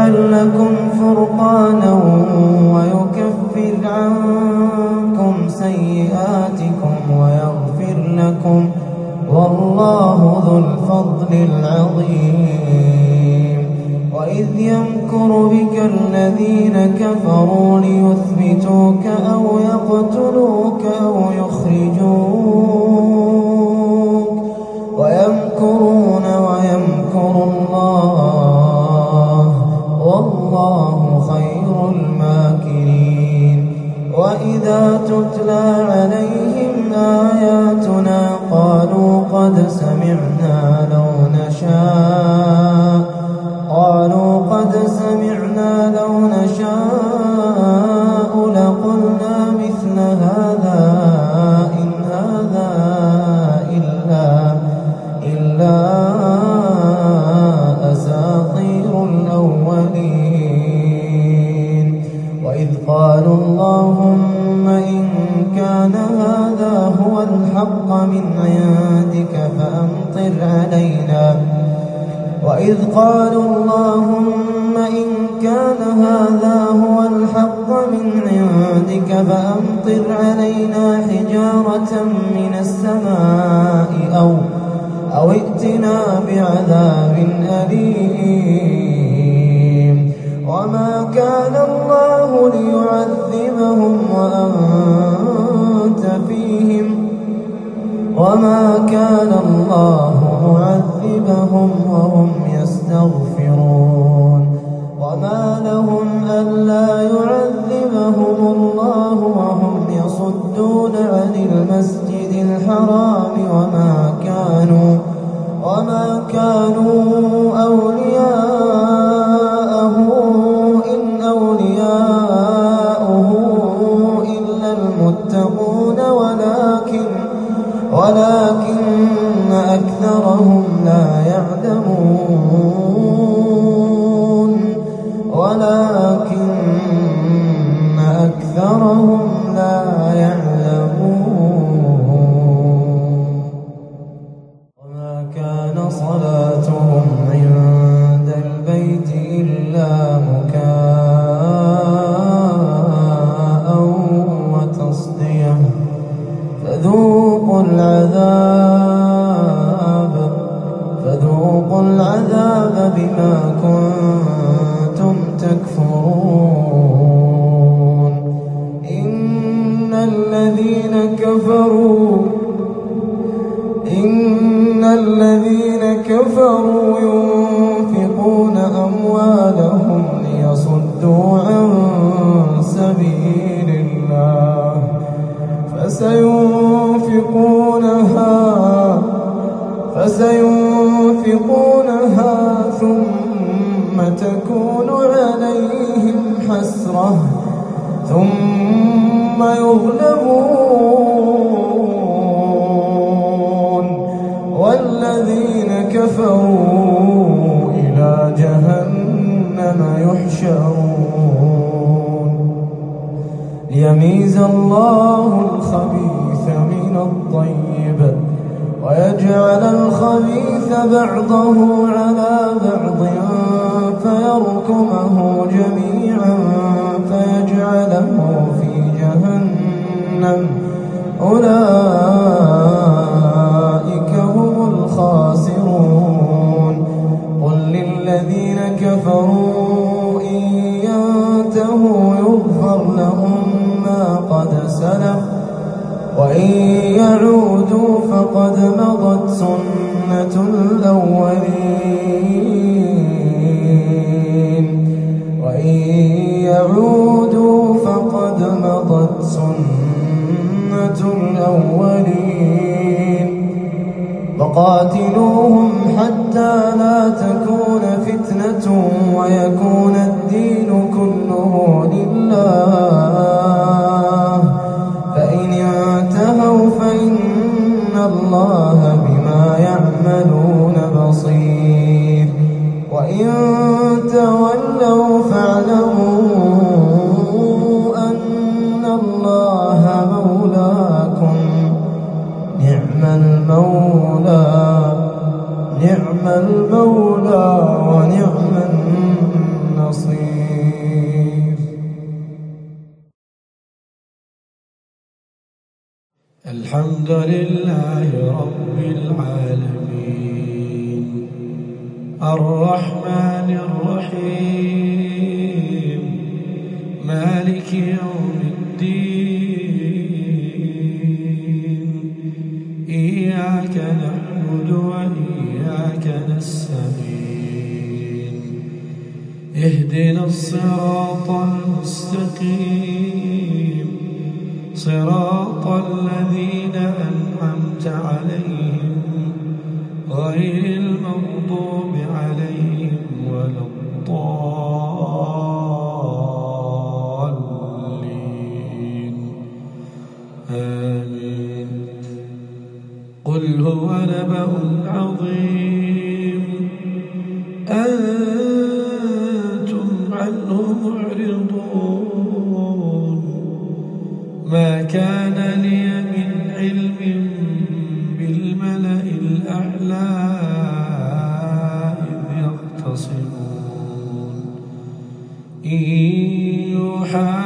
ويجعل لكم فرقانا ويكفر عنكم سيئاتكم ويغفر لكم، والله ذو الفضل العظيم. وإذ يمكر بك الذين كفروا ليثبتوك أو يقتلوك أو يخرجوك، ويمكرون ويمكر الله، والله خير الماكرين. وإذا تتلى عليهم آياتنا قالوا قد سمعنا لو نشاء لقلنا مثل هذا إن هذا إلا أساطير الأولين. وإذ قالوا اللهم إن كان هذا هو الحق من عندك فأمطر علينا، وإذ قالوا اللهم إن كان هذا هو الحق من عندك فأمطر علينا حجارة من السماء أو ائتنا بعذاب أليم. وما كان الله ليعذبهم وأنت فيهم، وما كان الله معذبهم وهم يستغفرون. وما لهم ألا يعذبهم الله وهم يصدون عن المسجد الحرام وما كانوا أولياءه إن أولياءه إلا المتقون ولكن أكثرهم لا يعلمون. وما كان صلاتهم عند البيت إلا مكاء وتصدية، فذوقوا العذاب بما كنتم تكفرون. إن الذين كفروا ينفقون أموالهم ليصدوا عن سبيل الله فسينفقونها ثم تكون عليهم حسرة ثم يغلبون، والذين كفروا إلى جهنم يحشرون. ليميز الله الخبيث من الطيب ويجعل الخبيث بعضه على بعض فيركمه جميعا فيجعله في جهنم، أولئك هم الخاسرون. قل للذين كفروا إن ينتهوا يغفر لهم ما قد سلف وإن يعودوا فقد مضت سنة الأولين. وقاتلوهم حتى لا تكون فتنة ويكون الدين كله لله، فإن انتهوا فإن الله بما يعملون بصير، وإن تولوا فاعلموا أن الله مولاكم، نعم المولى ونعم الحمد لله رب العالمين الرحمن الرحيم مالك يوم الدين إياك نعبد وإياك نستعين اهدنا الصراط المستقيم صراط الذين أنعمت عليهم غير المغضوب عليهم ولا الضالين آمين. قل هو نبأ عظيم أنتم عنه معرضون ما كان لي من علم بالملأ الأعلى إذ يختصمون إن يوحى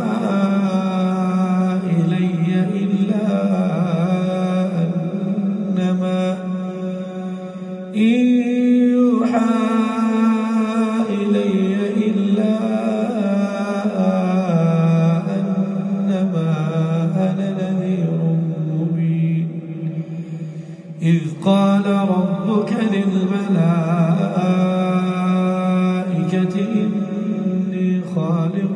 إلي إلا أنما أنا نذير مبين إذ قال ربك للملائكة إني خالق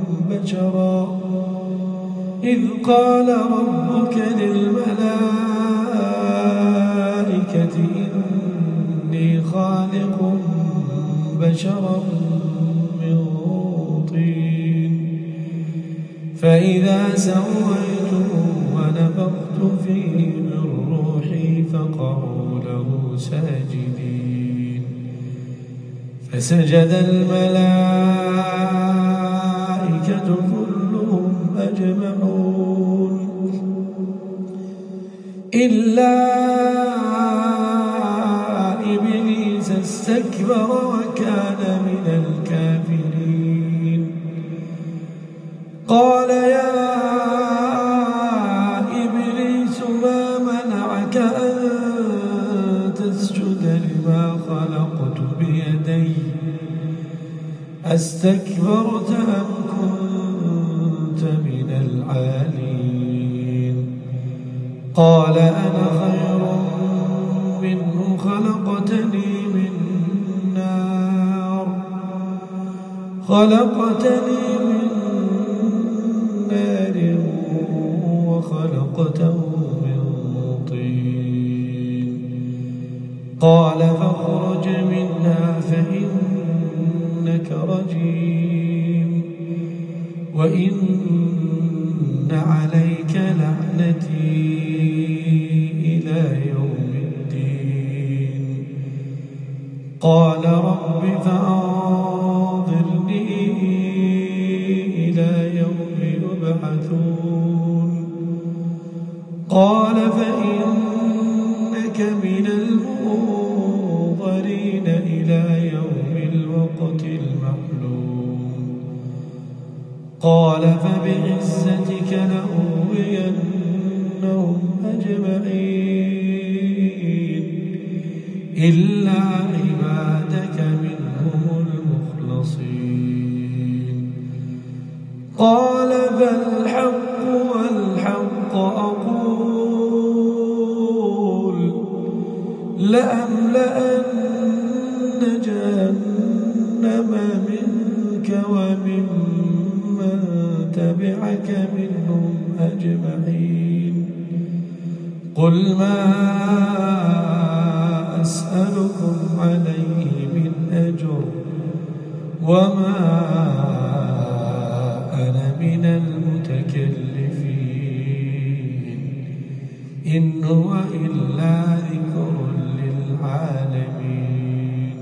بشرا من طين فإذا سويته ونفخت فيه من روحي فقعوا له ساجدين فسجد الملائكة كلهم أجمعون إلا إبليس استكبر وكان من الكافرين قال يا إبليس ما منعك أن تسجد لما خلقت بيدي أستكبرت أم كنت من العالين قال أنا خير منه خلقتني من نار وخلقته من طين قال فاخرج منها فإنك رجيم وإن عليك لعنتي إلى يوم الدين قال رب فأنظرني إلى يوم يبعثون قال فإنك من المنظرين إلى يوم الوقت المعلوم قال فبعزتك لأغوينهم أجمعين إلا عبادك منهم المخلصين قال فالحق والحق أقول لأملأن جهنم منك ومن تبعك منهم أجمعين قل ما أسألكم عليه من أجر وما أنا من المتكلفين إن هو إلا ذكر للعالمين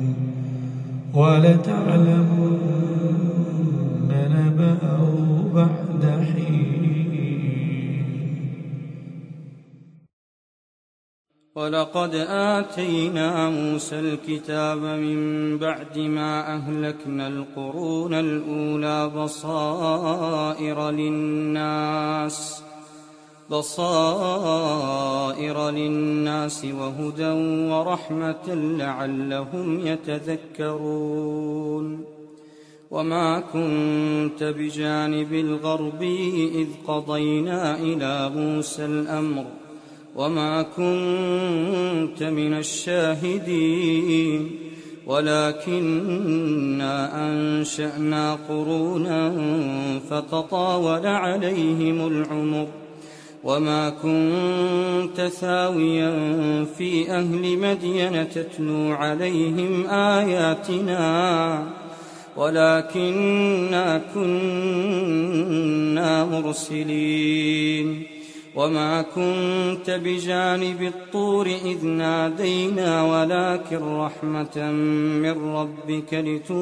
ولتعلمن نبأه بعد حين ولقد آتينا موسى الكتاب من بعد ما أهلكنا القرون بصائر للناس وهدى ورحمة لعلهم يتذكرون وما كنت بجانب الغربي إذ قضينا إلى موسى الأمر وما كنت من الشاهدين ولكننا أنشأنا قرونا فتطاول عليهم العمر وما كنت ثاويا في أهل مدين تتلو عليهم آياتنا ولكننا كنا مرسلين وما كنت بجانب الطور إذ نادينا ولكن رحمة من ربك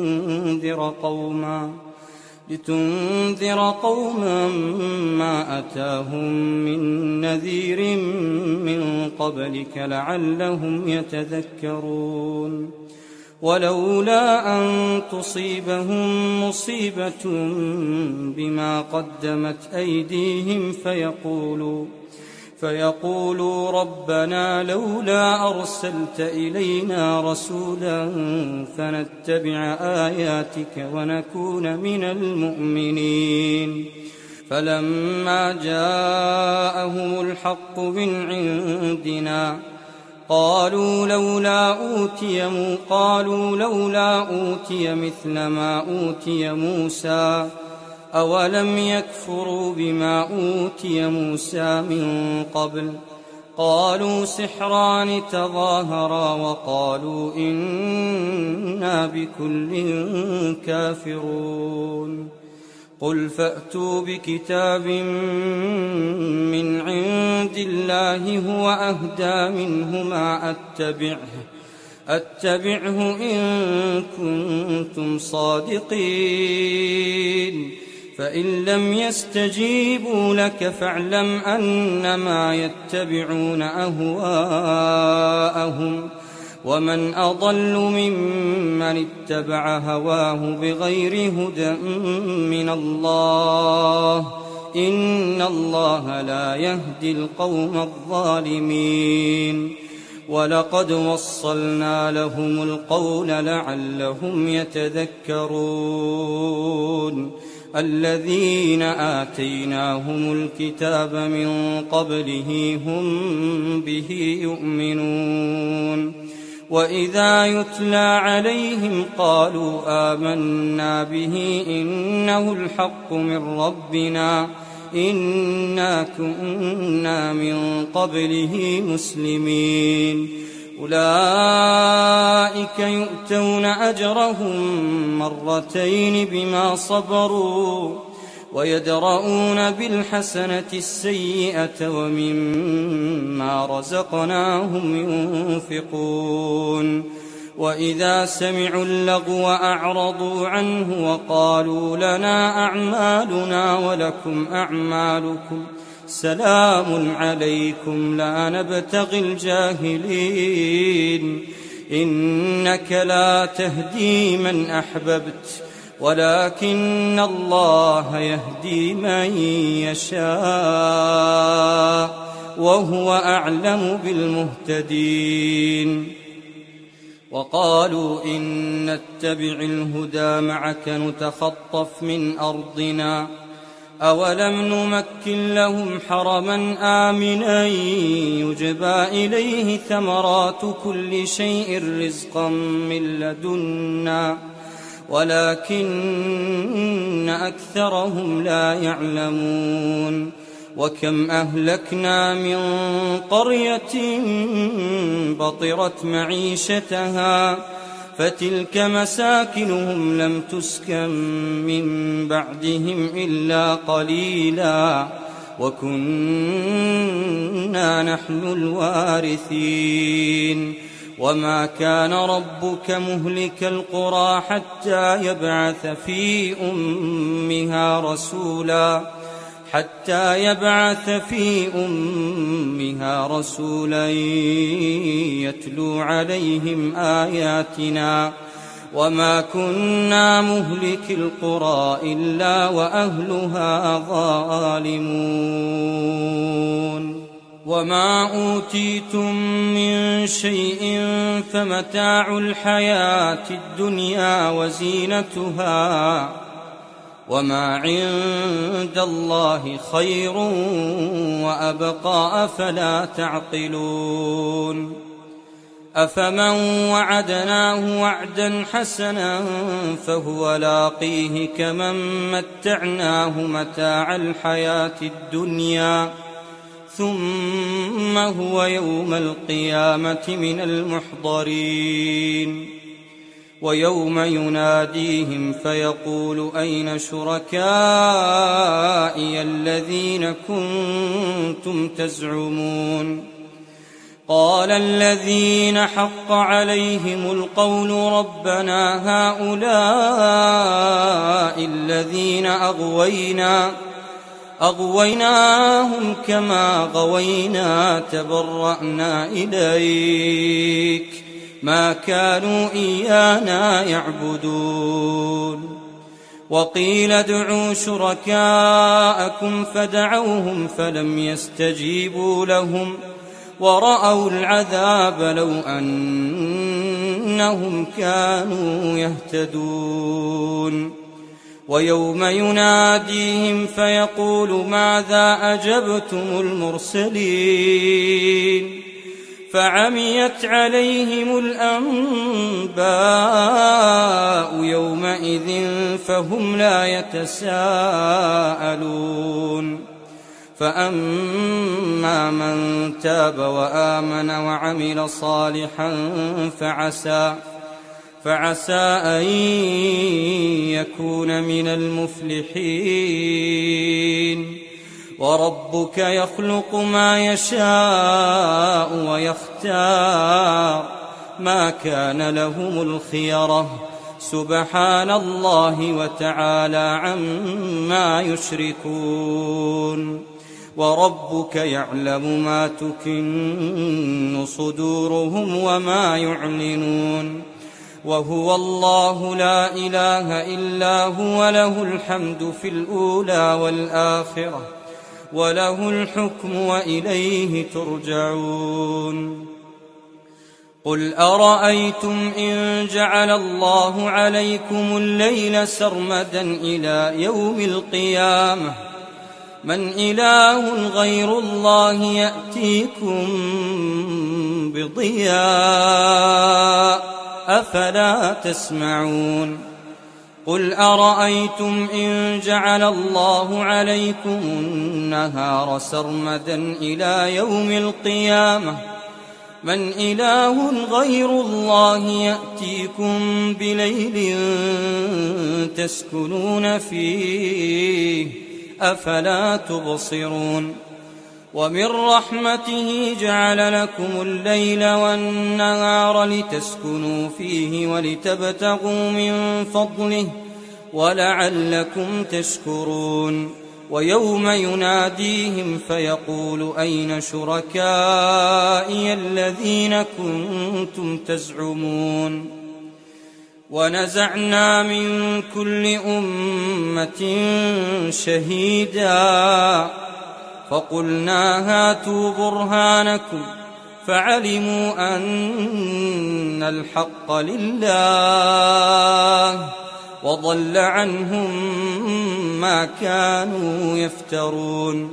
لتنذر قوما ما أتاهم من نذير من قبلك لعلهم يتذكرون ولولا أن تصيبهم مصيبة بما قدمت أيديهم فيقولوا ربنا لولا أرسلت إلينا رسولا فنتبع آياتك ونكون من المؤمنين فلما جاءهم الحق من عندنا قالوا لولا أوتي مثل ما أوتي موسى أولم يكفروا بما أوتي موسى من قبل قالوا سحران تظاهرا وقالوا إنا بكل كافرون قل فأتوا بكتاب من عند الله هو أهدى منهما أتبعه إن كنتم صادقين فإن لم يستجيبوا لك فاعلم أنما يتبعون أهواءهم ومن أضل ممن اتبع هواه بغير هدى من الله إن الله لا يهدي القوم الظالمين ولقد وصلنا لهم القول لعلهم يتذكرون الذين آتيناهم الكتاب من قبله هم به يؤمنون وإذا يتلى عليهم قالوا آمنا به إنه الحق من ربنا إنا كنا من قبله مسلمين أولئك يؤتون أجرهم مرتين بما صبروا ويدرؤون بالحسنة السيئة ومما رزقناهم ينفقون وإذا سمعوا اللغو أعرضوا عنه وقالوا لنا أعمالنا ولكم أعمالكم سلام عليكم لا نبتغي الجاهلين إنك لا تهدي من أحببت ولكن الله يهدي من يشاء وهو أعلم بالمهتدين وقالوا إن نتبع الهدى معك نتخطف من أرضنا أولم نمكن لهم حرما آمنا يجبى إليه ثمرات كل شيء رزقا من لدنا ولكن أكثرهم لا يعلمون وكم أهلكنا من قرية بطرت معيشتها فتلك مساكنهم لم تسكن من بعدهم إلا قليلا وكنا نحن الوارثين وما كان ربك مهلك القرى حتى يبعث في أمها رسولا يتلو عليهم آياتنا وما كنا مهلك القرى إلا وأهلها ظالمون وما أوتيتم من شيء فمتاع الحياة الدنيا وزينتها وما عند الله خير وأبقى أفلا تعقلون أفمن وعدناه وعدا حسنا فهو لاقيه كمن متعناه متاع الحياة الدنيا ثم هو يوم القيامة من المحضرين ويوم يناديهم فيقول أين شركائي الذين كنتم تزعمون قال الذين حق عليهم القول ربنا هؤلاء الذين أغويناهم كما غوينا تبرأنا إليك ما كانوا إيانا يعبدون وقيل ادعوا شركاءكم فدعوهم فلم يستجيبوا لهم ورأوا العذاب لو أنهم كانوا يهتدون ويوم يناديهم فيقول ماذا أجبتم المرسلين فعميت عليهم الأنباء يومئذ فهم لا يتساءلون فأما من تاب وآمن وعمل صالحا فعسى أن يكون من المفلحين وربك يخلق ما يشاء ويختار ما كان لهم الخيرة سبحان الله وتعالى عما يشركون وربك يعلم ما تكن صدورهم وما يعلنون وهو الله لا إله إلا هو له الحمد في الأولى والآخرة وله الحكم وإليه ترجعون قل أرأيتم إن جعل الله عليكم الليل سرمدا إلى يوم القيامة من إله غير الله يأتيكم بضياء أفلا تسمعون قل أرأيتم إن جعل الله عليكم النهار سرمدا إلى يوم القيامة من إله غير الله يأتيكم بليل تسكنون فيه أفلا تبصرون ومن رحمته جعل لكم الليل والنهار لتسكنوا فيه ولتبتغوا من فضله ولعلكم تشكرون ويوم يناديهم فيقول أين شركائي الذين كنتم تزعمون ونزعنا من كل أمة شهيدا فقلنا هاتوا برهانكم فعلموا أن الحق لله وضل عنهم ما كانوا يفترون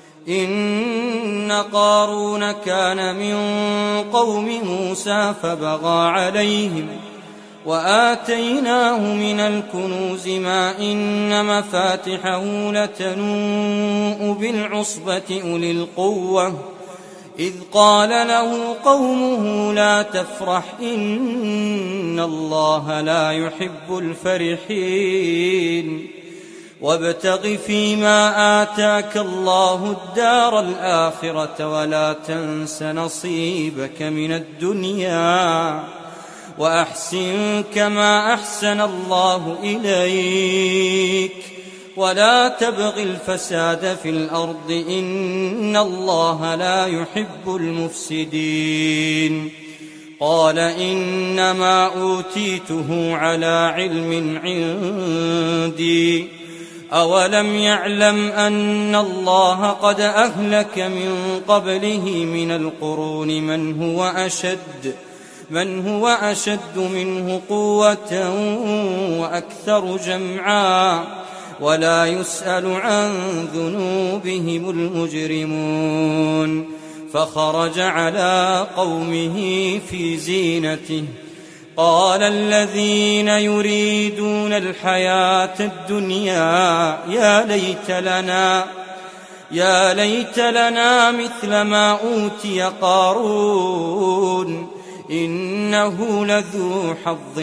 إن قارون كان من قوم موسى فبغى عليهم وآتيناه من الكنوز ما إن مفاتحه لتنوء بالعصبة أولي القوة إذ قال له قومه لا تفرح إن الله لا يحب الفرحين وابتغ فيما آتاك الله الدار الآخرة ولا تنس نصيبك من الدنيا وأحسن كما أحسن الله إليك ولا تبغ الفساد في الأرض إن الله لا يحب المفسدين قال إنما أوتيته على علم عندي أولم يعلم أن الله قد أهلك من قبله من القرون من هو أشد منه قوة وأكثر جمعا ولا يسأل عن ذنوبهم المجرمون فخرج على قومه في زينته قال الذين يريدون الحياة الدنيا يا ليت لنا مثل ما أوتي قارون إنه لذو حظ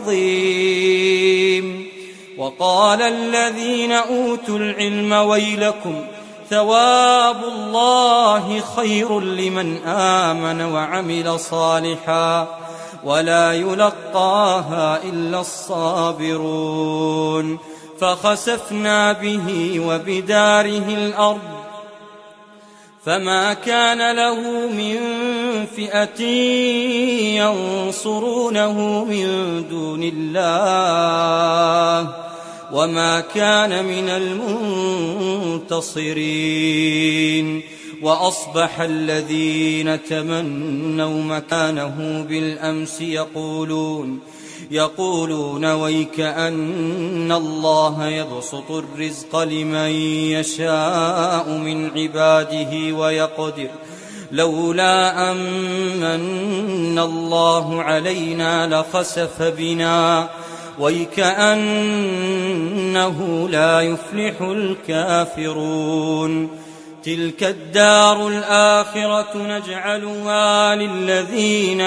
عظيم وقال الذين أوتوا العلم ويلكم ثواب الله خير لمن آمن وعمل صالحا ولا يلقاها إلا الصابرون فخسفنا به وبداره الأرض فما كان له من فئة ينصرونه من دون الله وما كان من المنتصرين وأصبح الذين تمنوا مكانه بالأمس يقولون ويكأن الله يبسط الرزق لمن يشاء من عباده ويقدر لولا أمن الله علينا لخسف بنا ويكأنه لا يفلح الكافرون تلك الدار الآخرة نجعلها للذين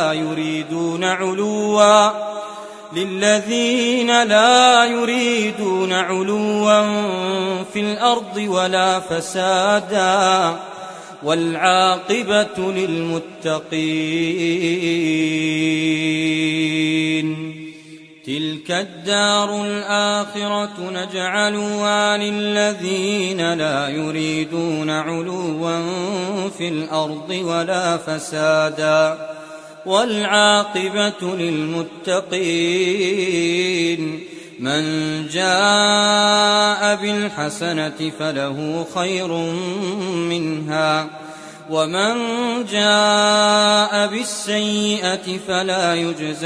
لا يريدون علوا في الأرض ولا فسادا والعاقبة للمتقين تلك الدار الآخرة نجعلها للذين لا يريدون علوا في الأرض ولا فسادا والعاقبة للمتقين من جاء بالحسنة فله خير منها ومن جاء بالسيئة فلا يجزى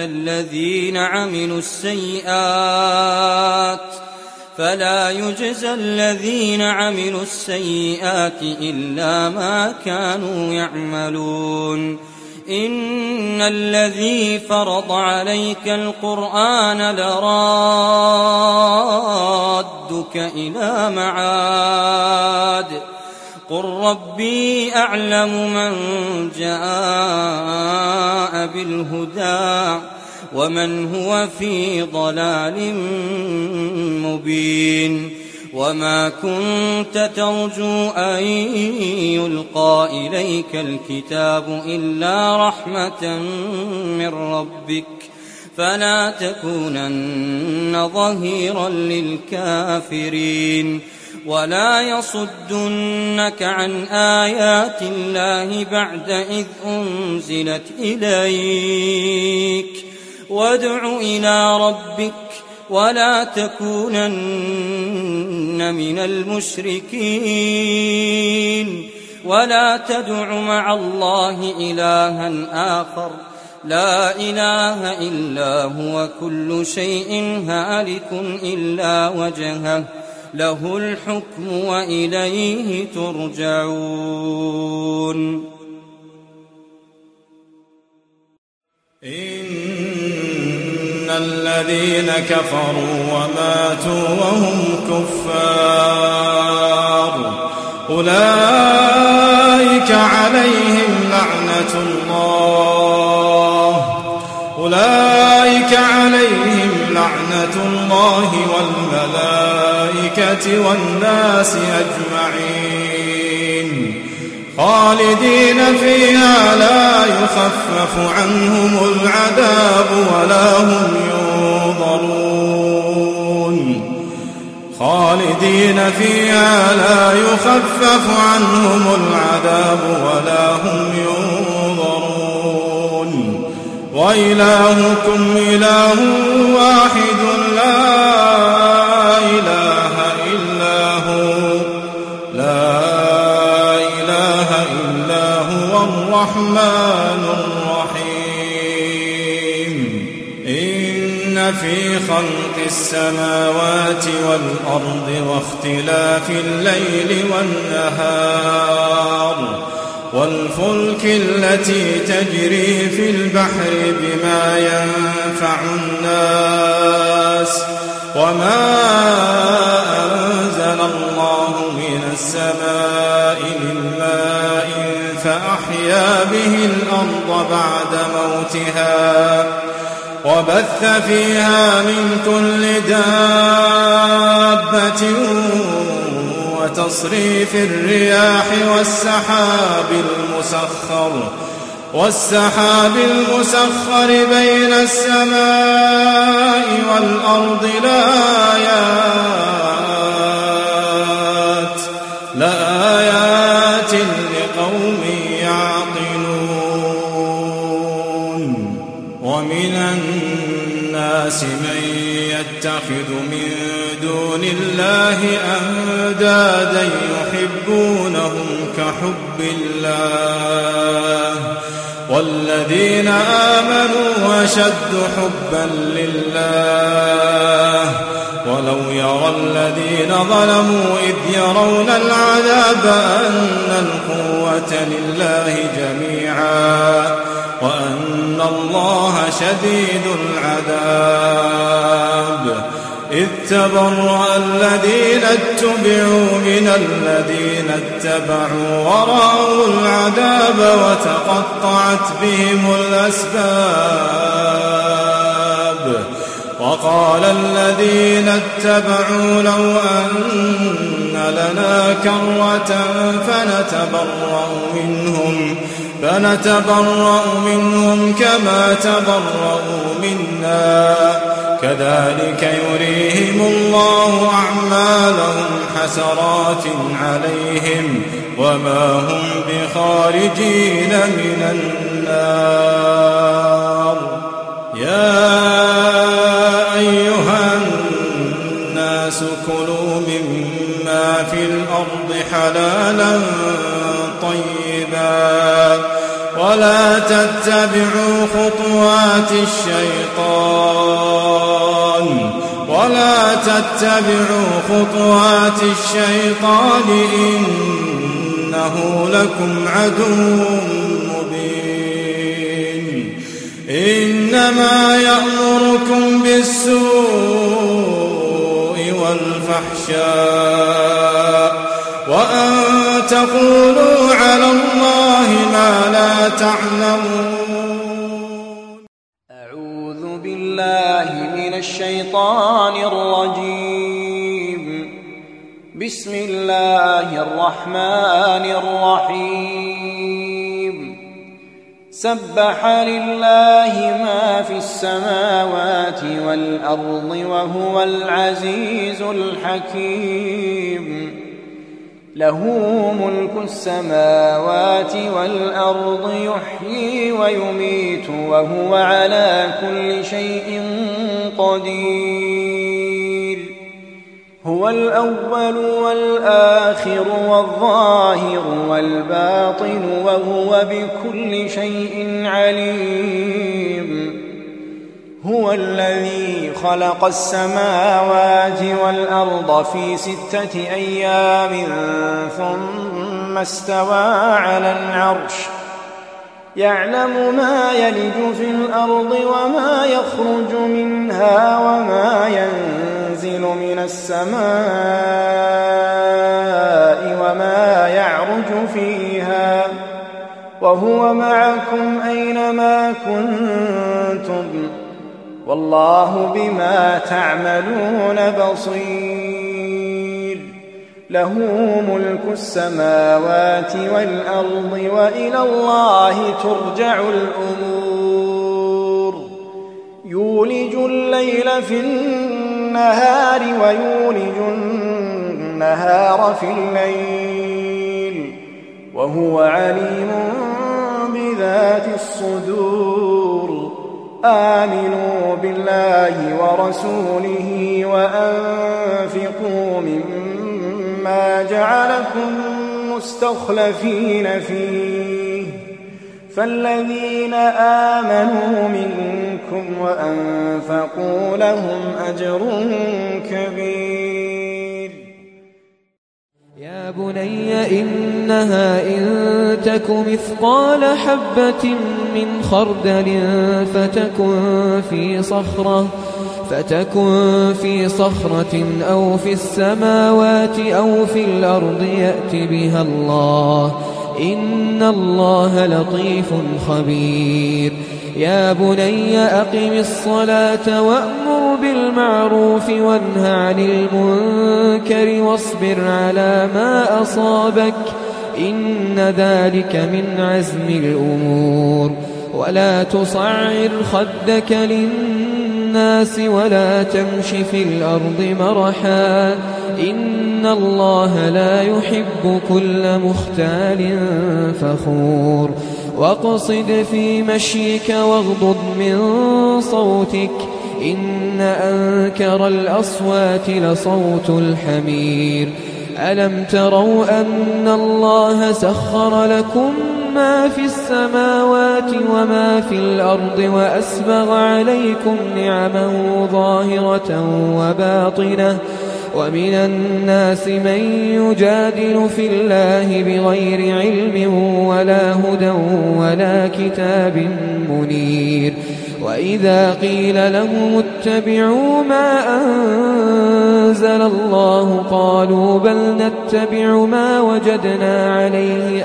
الذين عملوا السيئات إلا ما كانوا يعملون إن الذي فرض عليك القرآن لرادك إلى معاد قل ربي أعلم من جاء بالهدى ومن هو في ضلال مبين وما كنت ترجو أن يلقى إليك الكتاب إلا رحمة من ربك فلا تكونن ظهيرا للكافرين ولا يصدنك عن آيات الله بعد إذ أنزلت إليك وادع إلى ربك ولا تكونن من المشركين ولا تدع مع الله إلها آخر لا إله إلا هو كل شيء هالك إلا وجهه له الحكم وإليه ترجعون إن الذين كفروا وماتوا وهم كفار أولئك عليهم لعنة الله والملائكة والناس أجمعين خالدين فيها لا يخفف عنهم العذاب ولا هم ينظرون خالدين فيها لا يخفف عنهم العذاب ولا هم ينظرون وإلهكم إله واحد لا إله إلا هو الرحمن الرحيم إن في خلق السماوات والأرض واختلاف الليل والنهار والفلك التي تجري في البحر بما ينفع الناس وما أنزل الله من السماء من ماء فأحيا به الأرض بعد موتها وبث فيها من كل دابة وتصريف الرياح والسحاب المسخر بين السماء والأرض لآيات لقوم يعقلون ومن الناس من يتخذ من دون الله أندادا يحبونهم كحب الله والذين آمنوا أشد حبا لله ولو يرى الذين ظلموا إذ يرون العذاب أن القوة لله جميعا وأن الله شديد العذاب إذ تبرأ الذين اتبعوا من الذين اتبعوا ورأوا العذاب وتقطعت بهم الأسباب وقال الذين اتبعوا لو أن لنا كرة فنتبرأ منهم كما تبرأوا منا كذلك يريهم الله أعمالهم حسرات عليهم وما هم بخارجين من النار يا أيها الناس كلوا مما في الأرض حلالا طيبا ولا تتبعوا خطوات الشيطان إنه لكم عدو مبين إنما يأمركم بالسوء والفحشاء وأن تقولوا على الله ما لا تعلمون. أعوذ بالله من الشيطان الرجيم. بسم الله الرحمن الرحيم. سبح لله ما في السماوات والأرض وهو العزيز الحكيم. له ملك السماوات والأرض يحيي ويميت وهو على كل شيء قدير. هو الأول والآخر والظاهر والباطن وهو بكل شيء عليم. هو الذي خلق السماوات والأرض في 6 أيام ثم استوى على العرش يعلم ما يلج في الأرض وما يخرج منها وما ينزل من السماء وما يعرج فيها وهو معكم أينما كنتم والله بما تعملون بصير. له ملك السماوات والأرض وإلى الله ترجع الأمور. يولج الليل في النهار ويولج النهار في الليل وهو عليم بذات الصدور. آمنوا بالله ورسوله وأنفقوا مما جعلكم مستخلفين فيه فالذين آمنوا منكم وأنفقوا لهم أجر كبير. يا بني إنها إن تك مثقال حبة من خردل فتكن في صخرة أو في السماوات أو في الأرض يأت بها الله إن الله لطيف خبير. يا بني أقم الصلاة وأمر بالمعروف وانه عن المنكر واصبر على ما أصابك إن ذلك من عزم الأمور. ولا تصعر خدك للناس ولا تمش في الأرض مرحا إن الله لا يحب كل مختال فخور. واقصد في مشيك واغضض من صوتك إن أنكر الأصوات لصوت الحمير. ألم تروا أن الله سخر لكم ما في السماوات وما في الأرض وأسبغ عليكم نعمه ظاهرة وباطنة ومن الناس من يجادل في الله بغير علم ولا هدى ولا كتاب منير. وإذا قيل لهم اتبعوا ما أنزل الله قالوا بل نتبع ما وجدنا عليه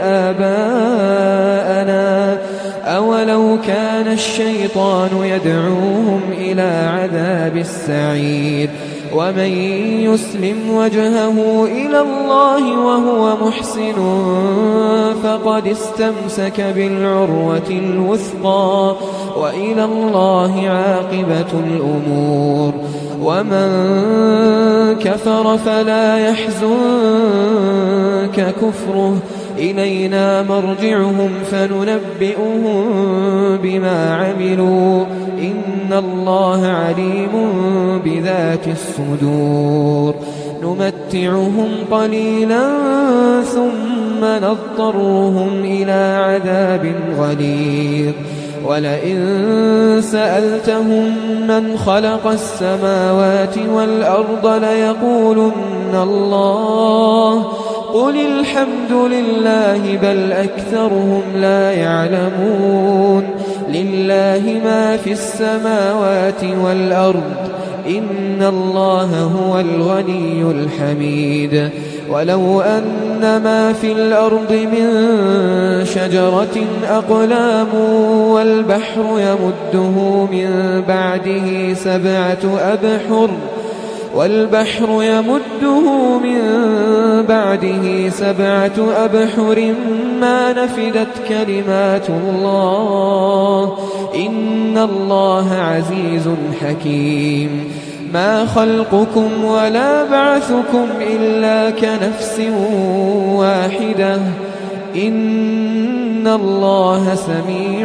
آباءنا أولو كان الشيطان يدعوهم إلى عذاب السعير. ومن يسلم وجهه إلى الله وهو محسن فقد استمسك بالعروة الوثقى وإلى الله عاقبة الأمور. ومن كفر فلا يحزنك كفره إلينا مرجعهم فننبئهم بما عملوا إن الله عليم بذات الصدور. نمتعهم قليلا ثم نضطرهم إلى عذاب غليظ. ولئن سألتهم من خلق السماوات والأرض ليقولن الله قل الحمد لله بل أكثرهم لا يعلمون. لله ما في السماوات والأرض إن الله هو الغني الحميد. ولو أن ما في الأرض من شجرة أقلام والبحر يمده من بعده سبعة أبحر ما نفدت كلمات الله إن الله عزيز حكيم. ما خلقكم ولا بعثكم إلا كنفس واحدة إن الله سميع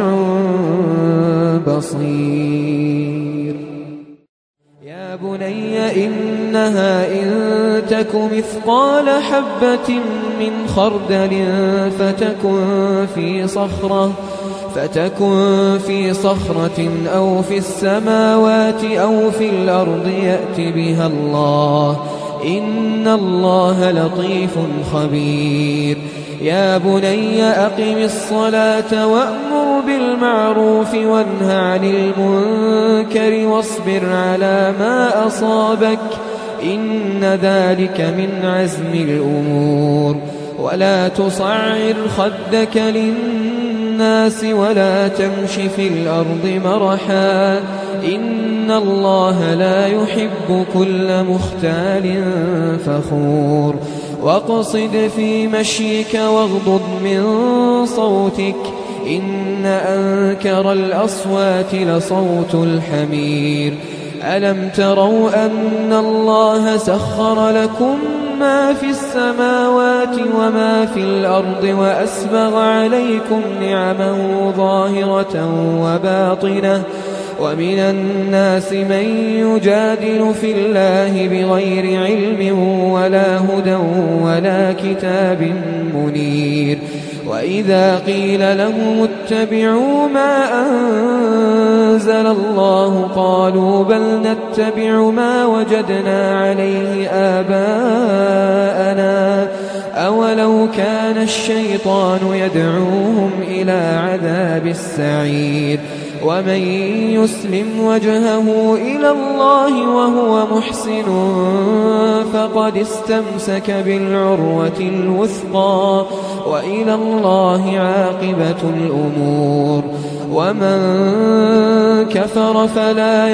بصير. يا بني إنها إن تك مثقال حبة من خردل فتكن في صخرة أو في السماوات أو في الأرض يأت بها الله إن الله لطيف خبير. يا بني أقم الصلاة وأمر بالمعروف وانه عن المنكر واصبر على ما أصابك إن ذلك من عزم الأمور. ولا تصعر خدك للناس ولا تمش في الأرض مرحا إن الله لا يحب كل مختال فخور. واقصد في مشيك واغضض من صوتك إن أنكر الأصوات لصوت الحمير. ألم تروا أن الله سخر لكم ما في السماوات وما في الأرض وأسبغ عليكم نعمه ظاهرة ومن الناس من يجادل في الله بغير علم ولا هدى ولا كتاب منير وإذا قيل لهم اتبعوا ما أنزل الله قالوا بل نتبع ما وجدنا عليه آباءنا أولو كان الشيطان يدعوهم إلى عذاب السعير ومن يسلم وجهه إلى الله وهو محسن فقد استمسك بالعروة الوثقى وإلى الله عاقبة الأمور ومن كفر فلا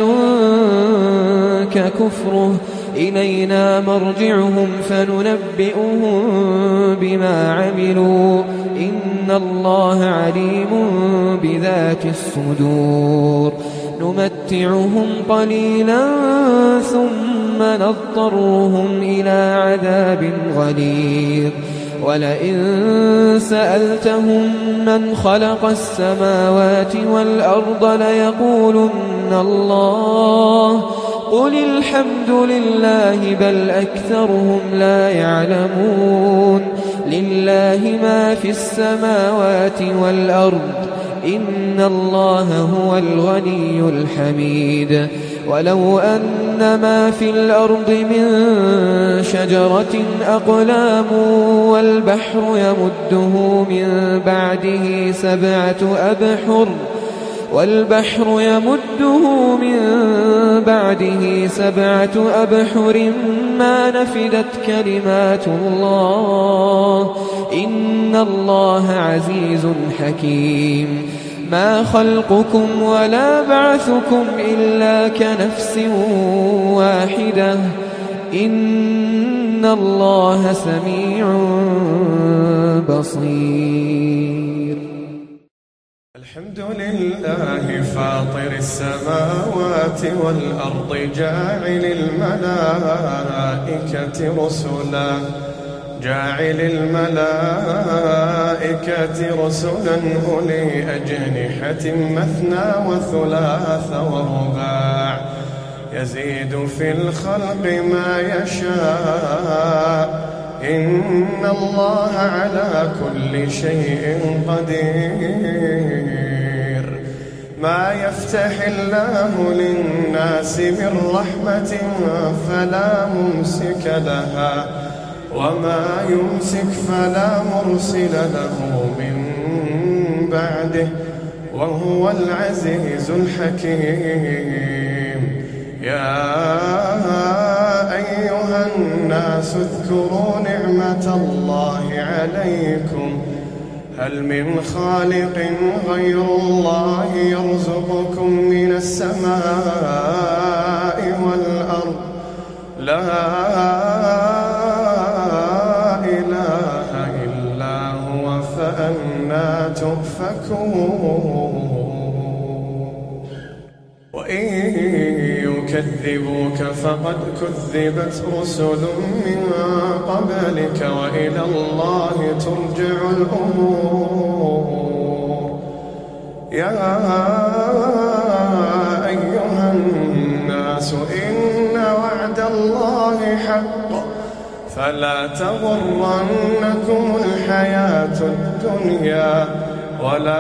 يحزنك كفره إلينا مرجعهم فننبئهم بما عملوا إن الله عليم بذات الصدور نمتعهم قليلا ثم نضطرهم إلى عذاب غليظ ولئن سألتهم من خلق السماوات والأرض ليقولن الله قل الحمد لله بل أكثرهم لا يعلمون لله ما في السماوات والأرض إن الله هو الغني الحميد ولو أن ما في الأرض من شجرة أقلام والبحر يمده من بعده سبعة أبحر ما نفدت كلمات الله إن الله عزيز حكيم ما خلقكم ولا بعثكم إلا كنفس واحدة إن الله سميع بصير الحمد لله فاطر السماوات والأرض جاعل الملائكة رسلا أولي أجنحة مثنى وثلاث ورباع يزيد في الخلق ما يشاء إن الله على كل شيء قدير ما يفتح الله للناس من رحمة فلا ممسك لها وما يمسك فلا مرسل له من بعده وهو العزيز الحكيم يا أيها الناس اذكروا نعمة الله عليكم هل من خالق غير الله يرزقكم من السماء والأرض لا إله إلا هو فأنى تؤفكون وإن يكذبوك فقد كذبت رسل من قبلك وإلى الله ترجع الأمور يا أيها الناس إن وعد الله حق فلا تغرنكم الحياة الدنيا ولا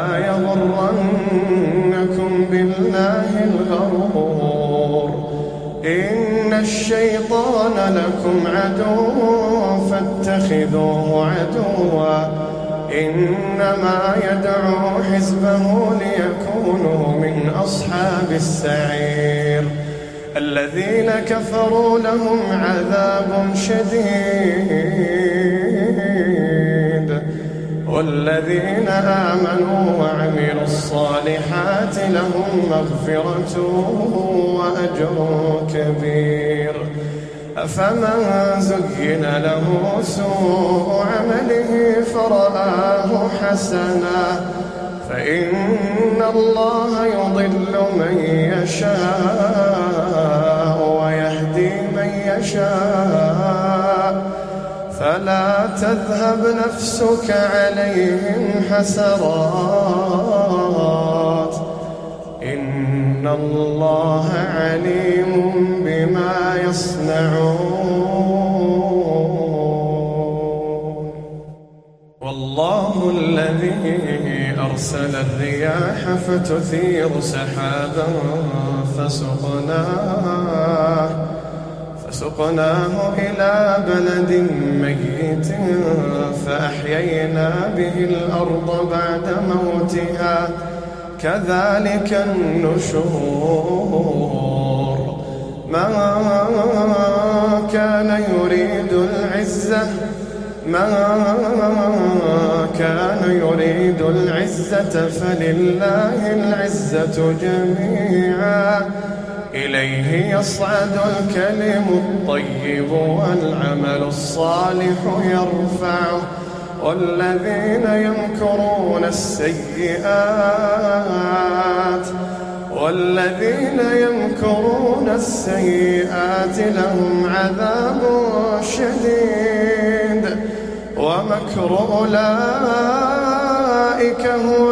يغرنكم بالله الغرور إن الشيطان لكم عدو فاتخذوه عدوا إنما يدعو حزبه ليكونوا من أصحاب السعير الذين كفروا لهم عذاب شديد والذين آمنوا وعملوا الصالحات لهم مغفرة وأجر كبير أفمن زين له سوء عمله فرآه حسنا فإن الله يضل من يشاء ويهدي من يشاء فلا تذهب نفسك عليهم حسرات إن إن الله عليم بما يصنعون والله الذي أرسل الرياح فتثير سحابا فسقناه إلى بلد ميت فأحيينا به الأرض بعد موتها كذلك النشور من كان يريد العزة فلله العزة جميعا إليه يصعد الكلم الطيب والعمل الصالح يرفعه والذين يمكرون السيئات لهم عذاب شديد ومكر أولئك هو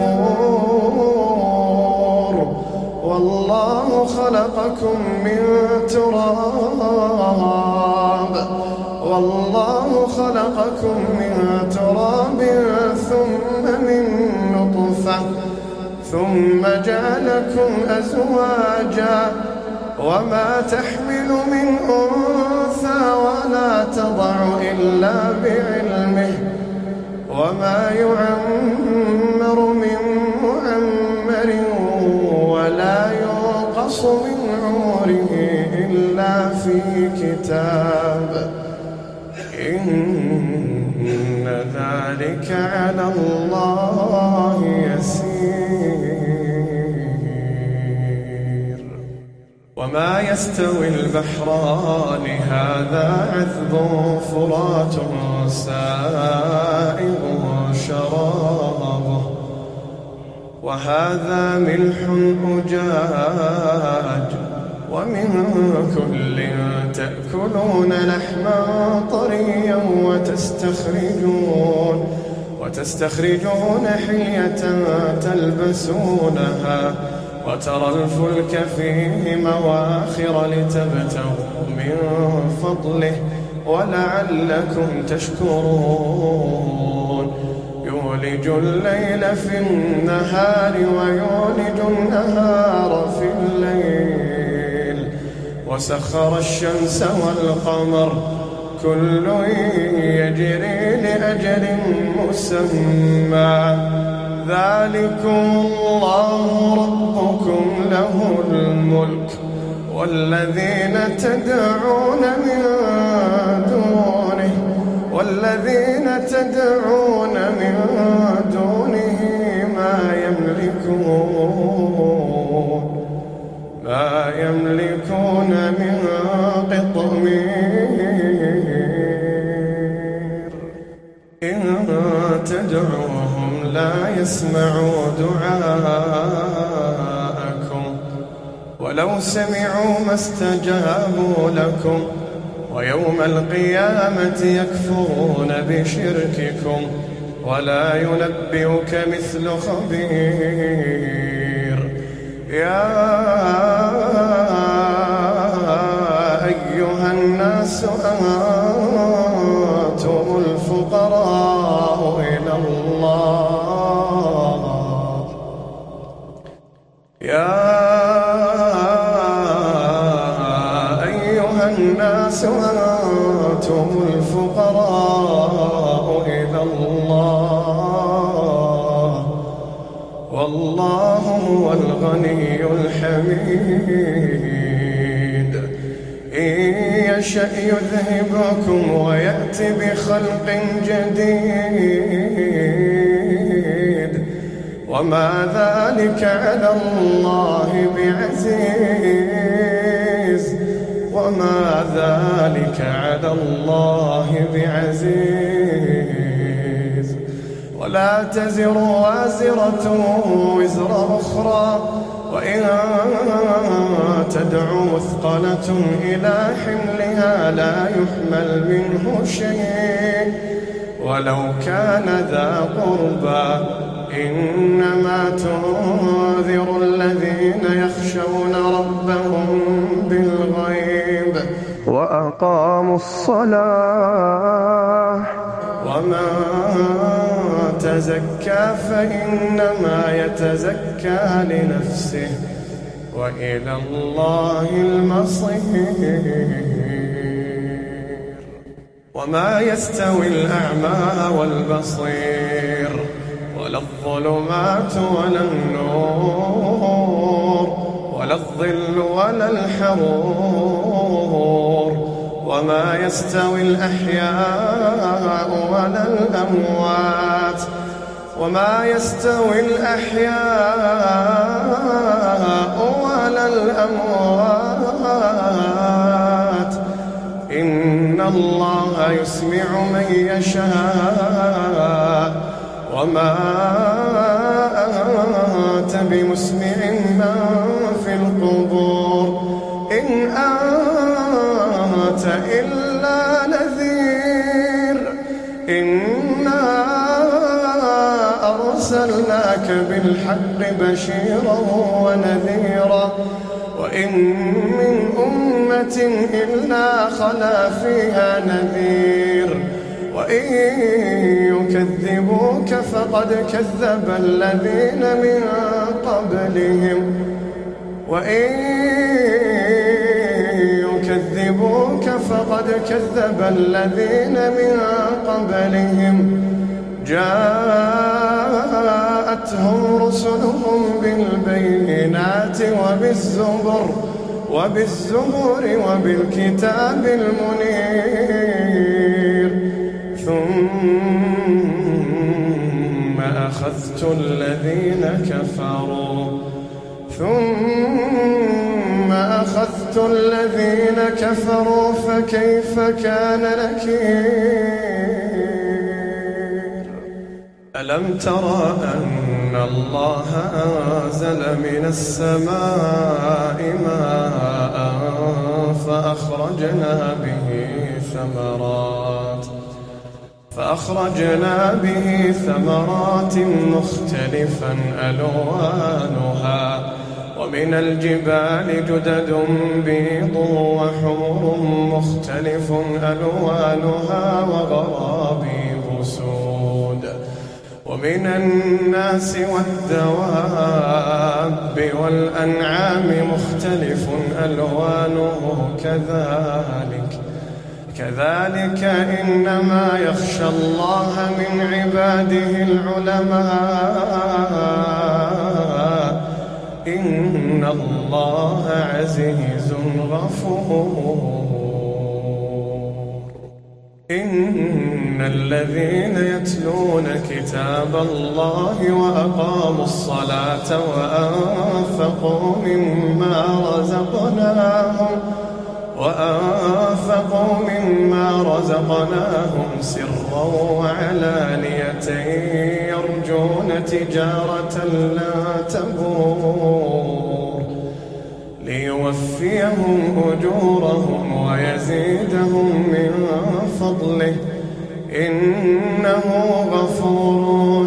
يبور والله خلقكم من تراب ثم من نطفة ثم جعلكم أزواجا وما تحمل من أنثى ولا تضع إلا بعلمه وما يعمر من معمر ولا ينقص من عمره إلا في كتاب إن ذلك على الله يسير وما يستوي البحران هذا عذب فرات سائغ شرابه وهذا ملح أجاج ومن كل تأكلون لحما طريا وتستخرجون حلية تلبسونها وترى الفلك فيه مواخر لتبتغوا من فضله ولعلكم تشكرون يولج الليل في النهار ويولج النهار في الليل وسخر الشمس والقمر كل يجري لأجل مسمى ذلكم الله ربكم له الملك والذين تدعون من دونه ما يملكون من قطمير إن تدعوهم لا يسمعوا دعاءكم ولو سمعوا ما استجابوا لكم ويوم القيامة يكفرون بشرككم ولا ينبئك مثل خبير يا أيها الناس أنتم الفقراء إلى الله يا أيها الناس أنتم الفقراء إلى الله والله هو الغني الحميد إن يشأ يذهبكم ويأتي بخلق جديد وما ذلك على الله بعزيز ولا تزر وازرة وزر أخرى وإن تدع مثقلة إلى حملها لا يحمل منه شيء ولو كان ذا قربى إنما تنذر الذين يخشون ربهم بالغيب وأقاموا الصلاة ومن تزكى فإنما يتزكى لنفسه وإلى الله المصير. وما يستوي الأعمى والبصير ولا الظلمات ولا النور ولا الظل ولا الحرور وما يستوي الأحياء ولا الأموات وما يستوي الأحياء ولا الأموات إن الله يسمع من يشاء وما أنت بمسمع من في القبور إن أنت إلا نذير إنا أرسلناك بالحق بشيرا ونذيرا وإن من أمة إلا خلا فيها نذير وإن يكذبوك فقد كذب الذين من قبلهم وإن يكذبوك فقد كذب الذين من قبلهم جاءتهم رسلهم بالبينات وبالزبر وبالكتاب المنير ثم أخذت الذين كفروا فكيف كان نكير. ألم تر أن الله أنزل من السماء ماء فأخرجنا به ثمرات مختلفا ألوانها ومن الجبال جدد بيض وحمر مختلف ألوانها وغرابيب سود ومن الناس والدواب والأنعام مختلف ألوانه كذلك إنما يخشى الله من عباده العلماء إن الله عزيز غفور. إن الذين يتلون كتاب الله وأقاموا الصلاة وأنفقوا مما رزقناهم سرا وعلانية يرجون تجارة لا تبور ليوفيهم أجورهم ويزيدهم من فضله إنه غفور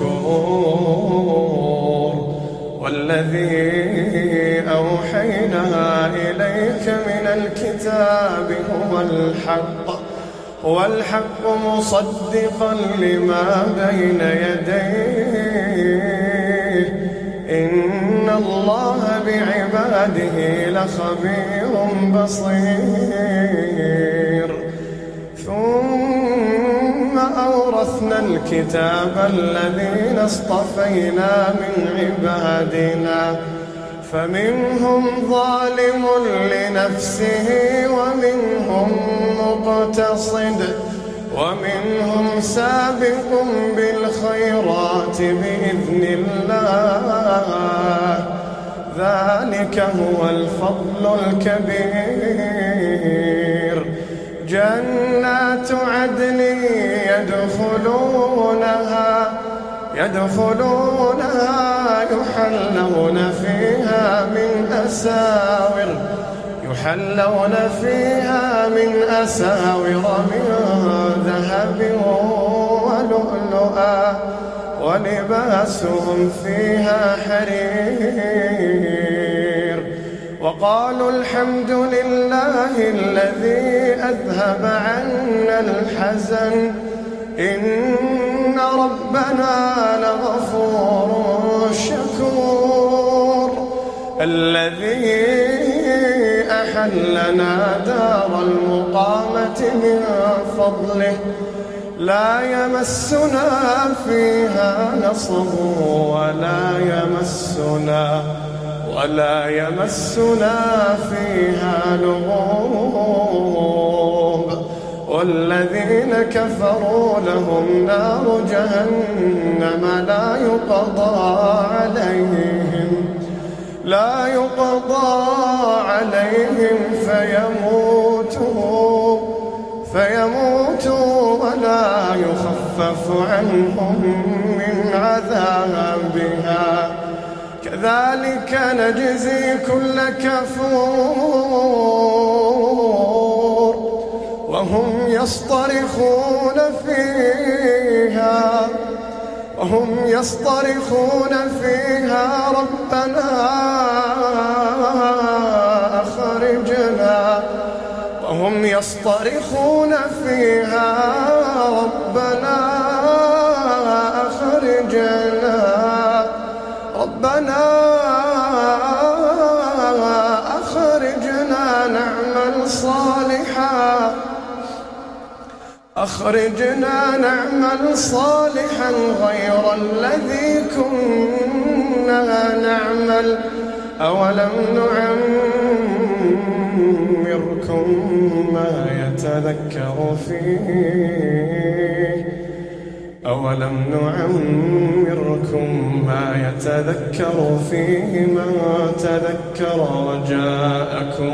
شكور. والذي أوحينا إليك من الكتاب هو الحق مصدقا لما بين يديه إن الله بعباده لخبير بصير. ثم أورثنا الكتاب الذين اصطفينا من عبادنا فمنهم ظالم لنفسه ومنهم مقتصد ومنهم سابق بالخيرات بإذن الله ذلك هو الفضل الكبير. جنات عدن يدخلونها يحلون فيها من أساور من ذهب ولؤلؤا ولباسهم فيها حرير وقالوا الحمد لله الذي أذهب عنا الحزن إن ربنا لغفور شكور الذي أحلنا دار المقامة من فضله لا يمسنا فيها نصب ولا يمسنا فيها لغوب والذين كفروا لهم نار جهنم لا يقضى عليهم فيموتوا ولا يخفف عنهم من عذابها كذلك نجزي كل كفور وهم يصطرخون فيها ربنا أخرجنا نعمل صالحا غير الذي كنا نعمل أولم نعمركم ما يتذكر فيه من تذكر وجاءكم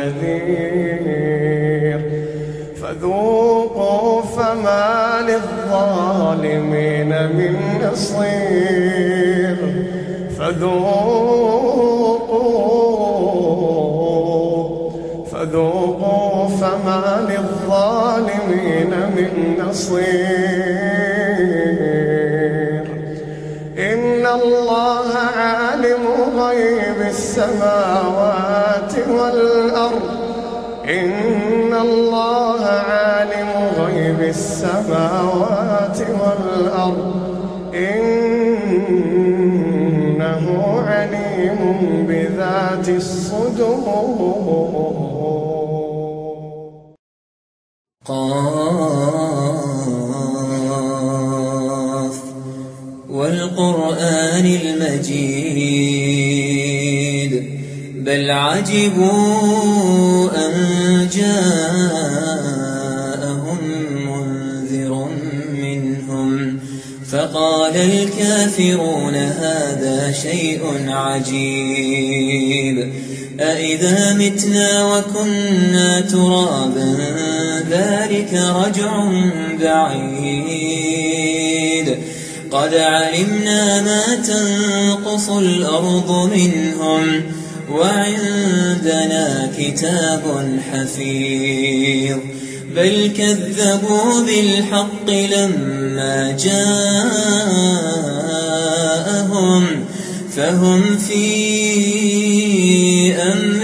النذير فذوقوا فما للظالمين من نصير فذوقوا فما للظالمين من نصير إن الله عالم غيب السماوات والأرض إنه عليم بذات الصدور. قاف والقرآن المجيد بل عجبوا أن جاءهم منذر منهم فقال الكافرون هذا شيء عجيب أإذا متنا وكنا ترابا ذلك رجع بعيد قد علمنا ما تنقص الأرض منهم وعندنا كتاب حفيظ بل كذبوا بالحق لما جاءهم فهم في أمر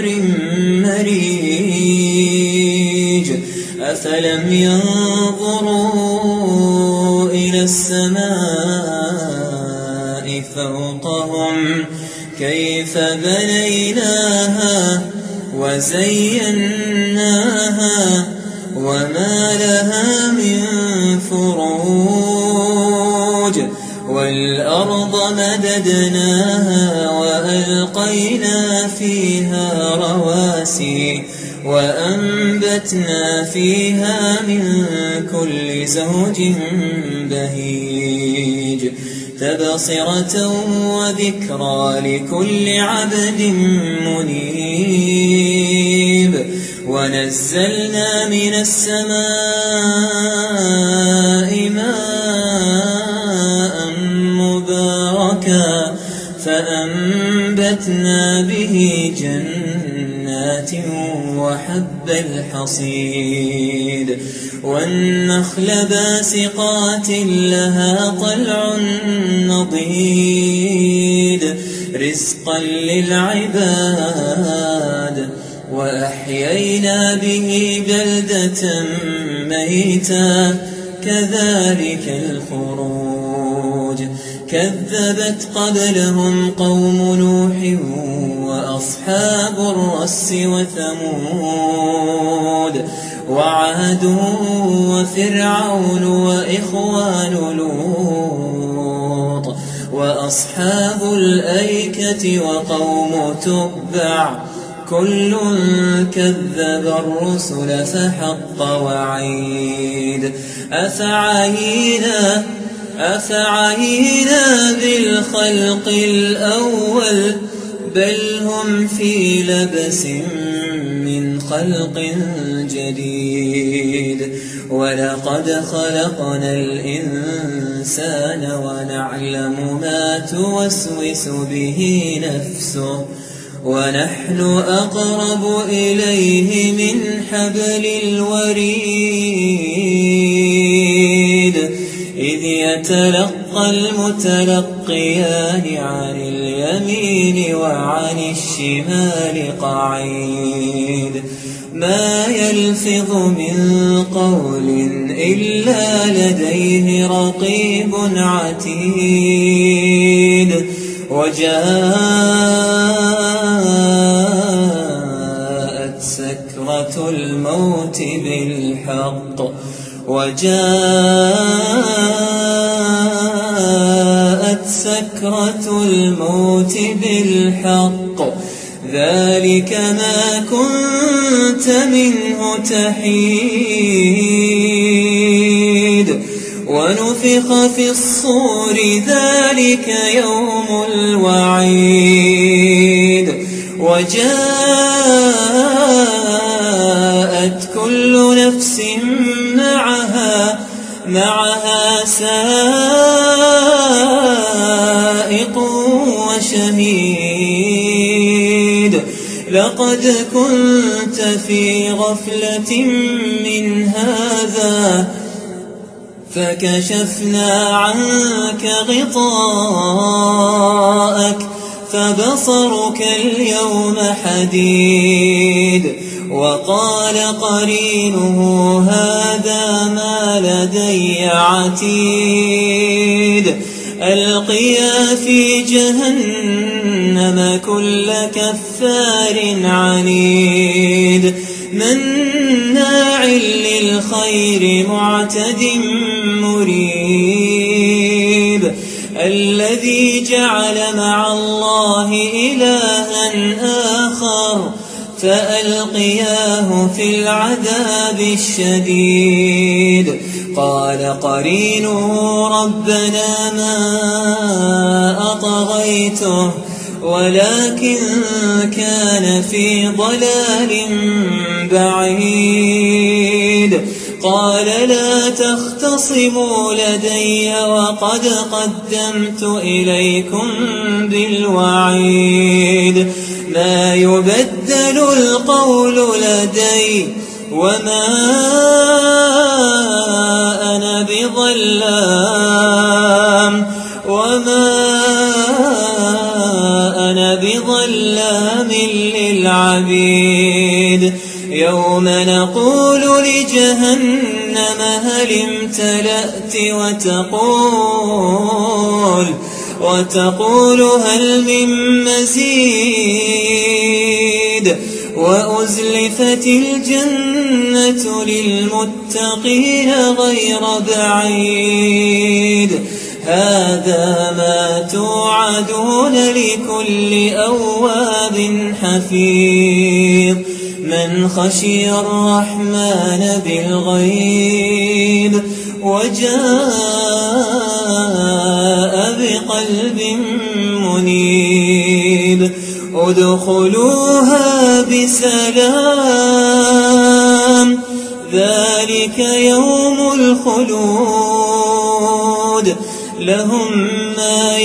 مريج أفلم ينظروا إلى السماء فوقهم كيف بنيناها وزيناها وما لها من فروج والأرض مددناها وألقينا فيها رواسي وأنبتنا فيها من كل زوج بهيج تبصرة وذكرى لكل عبد منيب ونزلنا من السماء ماء مباركا فأنبتنا به جنات وحب الحصيد والنخل باسقات لها طلع نضيد رزقا للعباد وأحيينا به بلدة ميتا كذلك الخروج كذبت قبلهم قوم نوح وأصحاب الرس وثمود وعاد وفرعون وإخوان لوط وأصحاب الأيكة وقوم تبع كل كذب الرسل فحق وعيد أفعينا بالخلق الأول بل هم في لبس من خلق جديد ولقد خلقنا الإنسان ونعلم ما توسوس به نفسه ونحن أقرب إليه من حبل الوريد إذ يتلقى المتلقيان عن اليمين وعن الشمال قعيد ما يلفظ من قول إلا لديه رقيب عتيد وجاءت سكرة الموت بالحق ذلك ما كنت منه تحيد ونفخ في الصور ذلك يوم الوعيد وجاءت كل نفس معها سائق وشهيد لقد كنت في غفلة من هذا فكشفنا عنك غطاءك فبصرك اليوم حديد وقال قرينه هذا ما لدي عتيد ألقيا في جهنم كل كفار عنيد مناع للخير معتد مريب الذي جعل مع الله إلها آخر فألقياه في العذاب الشديد قال قرينه ربنا ما أطغيته ولكن كان في ضلال بعيد قال لا تختصموا لدي وقد قدمت إليكم بالوعيد ما يبدل القول لدي وما أنا بظلام للعبيد يوم نقول لجهنم هل امتلأت وتقول هل من مزيد وأزلفت الجنة للمتقين غير بعيد هذا ما توعدون لكل أواب حفيظ من خشي الرحمن بالغيب وجاء بقلب منيب ادخلوها بسلام ذلك يوم الخلود لهم ما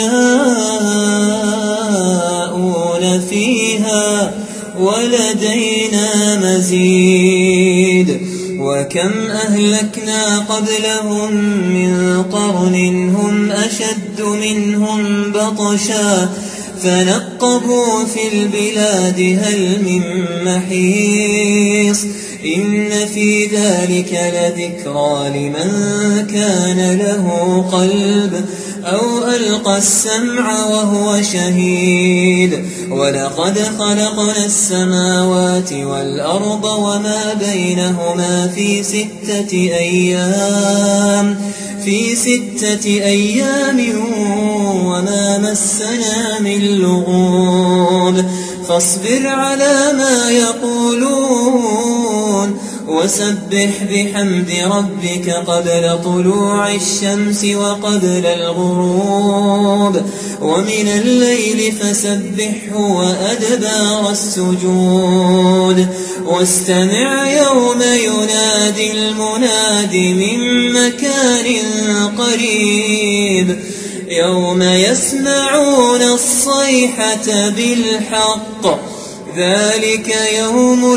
يشاءون فيها ولدينا مزيد وكم أهلكنا قبلهم من قرن هم أشد منهم بطشا فنقبوا في البلاد هل من محيص إن في ذلك لذكرى لمن كان له قلب أو ألقى السمع وهو شهيد ولقد خلقنا السماوات والأرض وما بينهما في 6 أيام وما مسنا من لغوب فاصبر على ما يقولون وسبح بحمد ربك قبل طلوع الشمس وقبل الغروب ومن الليل فسبحه وأدبار السجود واستمع يوم ينادي المناد من مكان قريب يوم يسمعون الصيحة بالحق ذلك يوم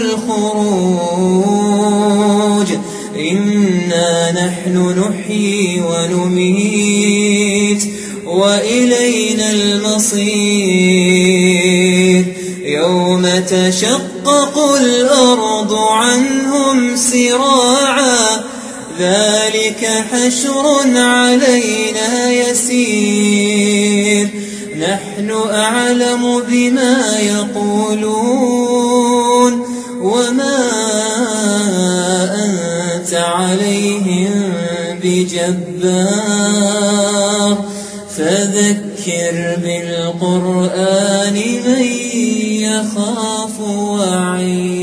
الخروج إنا نحن نحيي ونميت وإلينا المصير يوم تشقق الأرض عنهم سراعا ذلك حشر علينا يسير نحن أعلم بما يقولون وما أنت عليهم بجبار فذكر بالقرآن من يخاف وعيد